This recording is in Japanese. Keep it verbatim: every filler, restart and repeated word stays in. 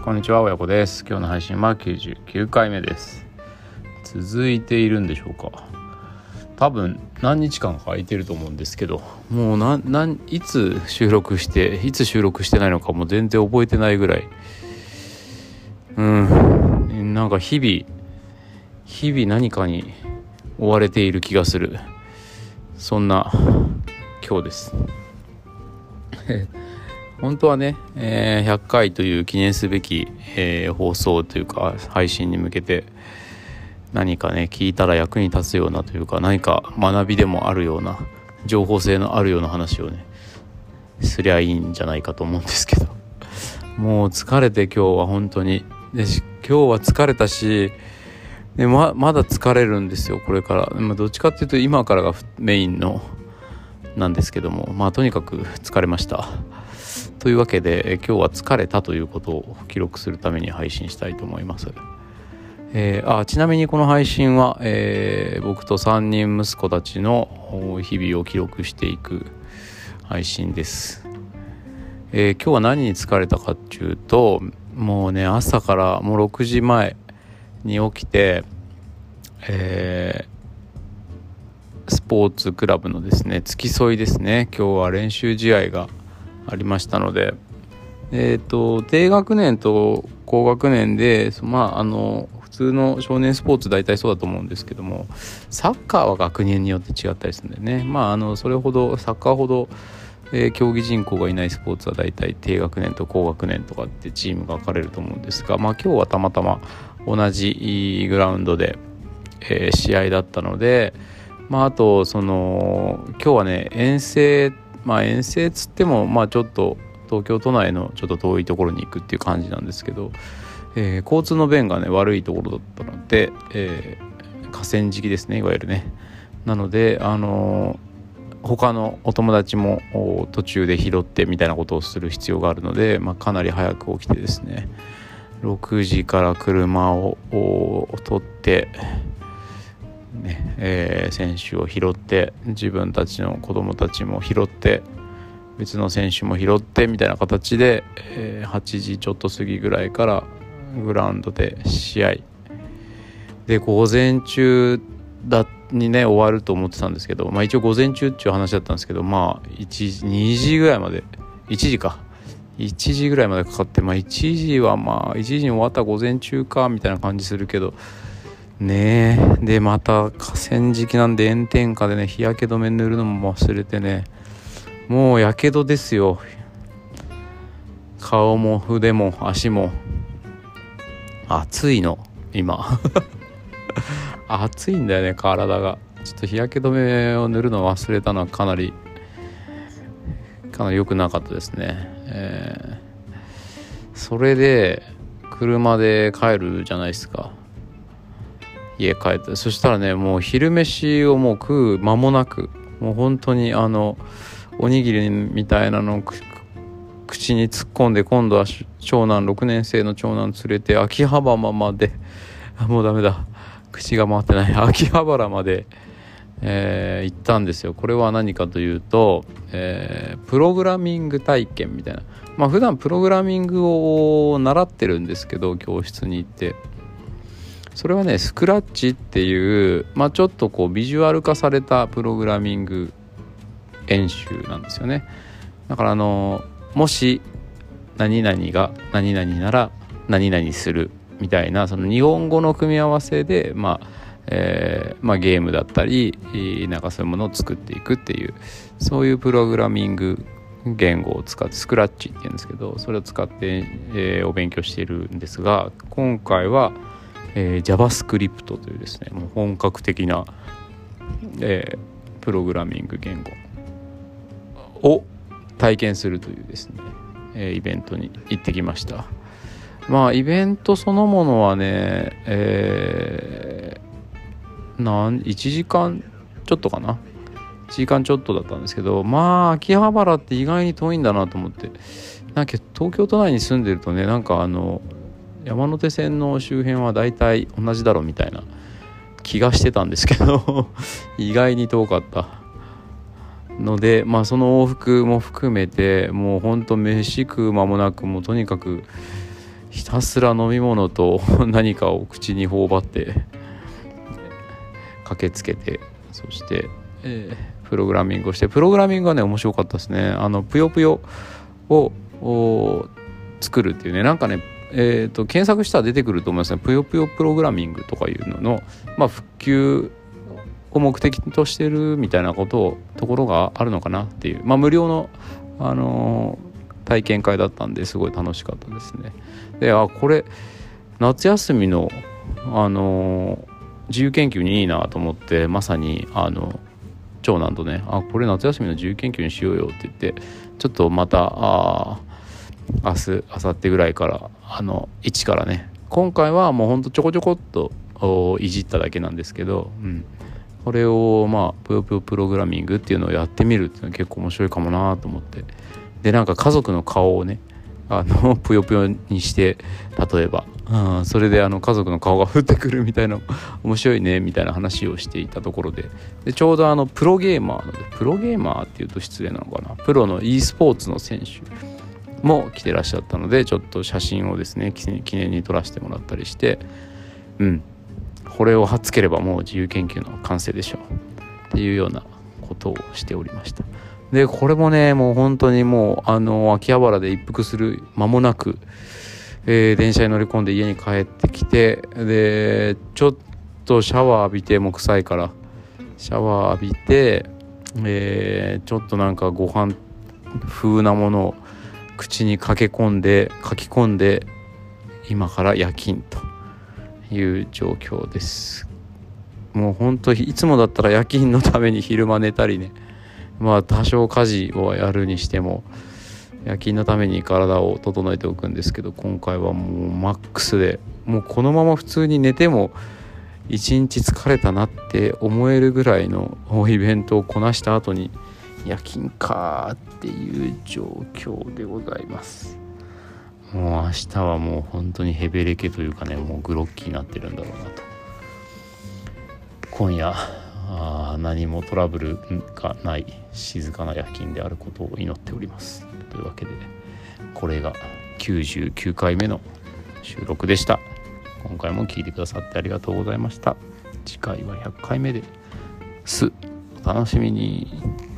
こんにちは、親子です。今日の配信はきゅうじゅうきゅうかいめです。続いているんでしょうか。多分何日間か空いてると思うんですけど、もうななんいつ収録していつ収録してないのかも全然覚えてないぐらい、うんなんか日々日々何かに追われている気がする、そんな今日です本当はね、えー、ひゃっかいという記念すべき、えー、放送というか配信に向けて何かね聞いたら役に立つようなというか、何か学びでもあるような、情報性のあるような話をねすりゃいいんじゃないかと思うんですけど、もう疲れて今日は本当にで今日は疲れたしで ま, まだ疲れるんですよこれから、まあ、どっちかっていうと今からがメインのなんですけども、まあとにかく疲れましたというわけで、今日は疲れたということを記録するために配信したいと思います。えー、あちなみにこの配信は、えー、僕とさんにん息子たちの日々を記録していく配信です。えー、今日は何に疲れたかっていうと、もうね朝からもうろくじまえに起きて、えー、スポーツクラブのですね付き添いですね、今日は練習試合がありましたので、えーと、低学年と高学年で、まあ、あの普通の少年スポーツ大体そうだと思うんですけども、サッカーは学年によって違ったりするんでね、まあ、あのそれほどサッカーほど、えー、競技人口がいないスポーツは大体低学年と高学年とかってチームが分かれると思うんですが、まあ、今日はたまたま同じグラウンドで、えー、試合だったので、まあ、あとその今日はね遠征まあ遠征つってもまあちょっと東京都内のちょっと遠いところに行くっていう感じなんですけど、えー、交通の便がね悪いところだったので、えー、河川敷ですねいわゆるね、なのであのー、他のお友達も途中で拾ってみたいなことをする必要があるので、まあ、かなり早く起きてですねろくじから車を取ってねえー、選手を拾って、自分たちの子供たちも拾って、別の選手も拾ってみたいな形で、えー、はちじちょっと過ぎぐらいからグラウンドで試合で、午前中だにね終わると思ってたんですけど、まあ一応午前中っていう話だったんですけど、まあいちじにじぐらいまでいちじかいちじぐらいまでかかって、まあいちじはまあいちじに終わったら午前中かみたいな感じするけどねえ、でまた河川敷なんで炎天下でね日焼け止め塗るのも忘れてね、もうやけどですよ。顔も腕も足も暑いの今暑いんだよね体が。ちょっと日焼け止めを塗るの忘れたのはかなりかなり良くなかったですね、えー、それで車で帰るじゃないですか、家帰って。そしたらねもう昼飯をもう食う間もなく、もう本当にあのおにぎりみたいなのを口に突っ込んで、今度は長男ろくねん生の長男連れて秋葉原までもうダメだ口が回ってない秋葉原まで、えー、行ったんですよ。これは何かというと、えー、プログラミング体験みたいな、まあ普段プログラミングを習ってるんですけど、教室に行ってそれはねスクラッチっていう、まあ、ちょっとこうビジュアル化されたプログラミング演習なんですよね。だからあのもし何々が何々なら何々するみたいな、その日本語の組み合わせで、まあえーまあ、ゲームだったりなんかそういうものを作っていくっていう、そういうプログラミング言語を使ってスクラッチっていうんですけど、それを使って、えー、お勉強しているんですが、今回はえー、JavaScript というですねもう本格的な、えー、プログラミング言語を体験するというですね、えー、イベントに行ってきました。まあイベントそのものはね、えー、なんいちじかんちょっとかないちじかんちょっとだったんですけど、まあ秋葉原って意外に遠いんだなと思って、なんか東京都内に住んでるとね、なんかあの山手線の周辺はだいたい同じだろうみたいな気がしてたんですけど意外に遠かったので、まあその往復も含めてもうほんと飯食う間もなく、もうとにかくひたすら飲み物と何かを口に頬張って駆けつけて、そして、えー、プログラミングをして、プログラミングがね面白かったですね。あのぷよぷよを作るっていうね、なんかね、えー、と検索したら出てくると思いますね。ぷよぷよプログラミングとかいうのの、まあ、普及を目的としてるみたいなことをところがあるのかなっていう、まあ、無料の、あのー、体験会だったんですごい楽しかったですね。で、あ、これ夏休みの、あのー、自由研究にいいなと思って、まさにあの長男とね、あ、これ夏休みの自由研究にしようよって言って、ちょっとまたあ明日明後日ぐらいからあの一からね、今回はもうほんとちょこちょこっといじっただけなんですけど、うん、これをまあぷよぷよプログラミングっていうのをやってみるっていうのは結構面白いかもなと思って、でなんか家族の顔をね、あのぷよぷよにして、例えば、うん、それであの家族の顔が降ってくるみたいな面白いねみたいな話をしていたところで、でちょうどあのプロゲーマーので、プロゲーマーっていうと失礼なのかな、プロの e スポーツの選手も来てらっしゃったので、ちょっと写真をですね記念に撮らせてもらったりして、うん、これを貼っつければもう自由研究の完成でしょうっていうようなことをしておりました。でこれもね、もう本当にもうあの秋葉原で一服する間もなく、えー、電車に乗り込んで家に帰ってきて、でちょっとシャワー浴びて、もう臭いからシャワー浴びて、えー、ちょっとなんかご飯風なものを口に駆け込んで書き込んで、今から夜勤という状況です。もう本当いつもだったら夜勤のために昼間寝たりね、まあ多少家事をやるにしても夜勤のために体を整えておくんですけど、今回はもうマックスで、もうこのまま普通に寝ても一日疲れたなって思えるぐらいのイベントをこなした後に夜勤かっていう状況でございます。もう明日はもう本当にヘベレケというかね、もうグロッキーになってるんだろうなと。今夜あ何もトラブルがない静かな夜勤であることを祈っております。というわけで、これがきゅうじゅうきゅうかいめの収録でした。今回も聞いてくださってありがとうございました。次回はひゃっかいめです。お楽しみに。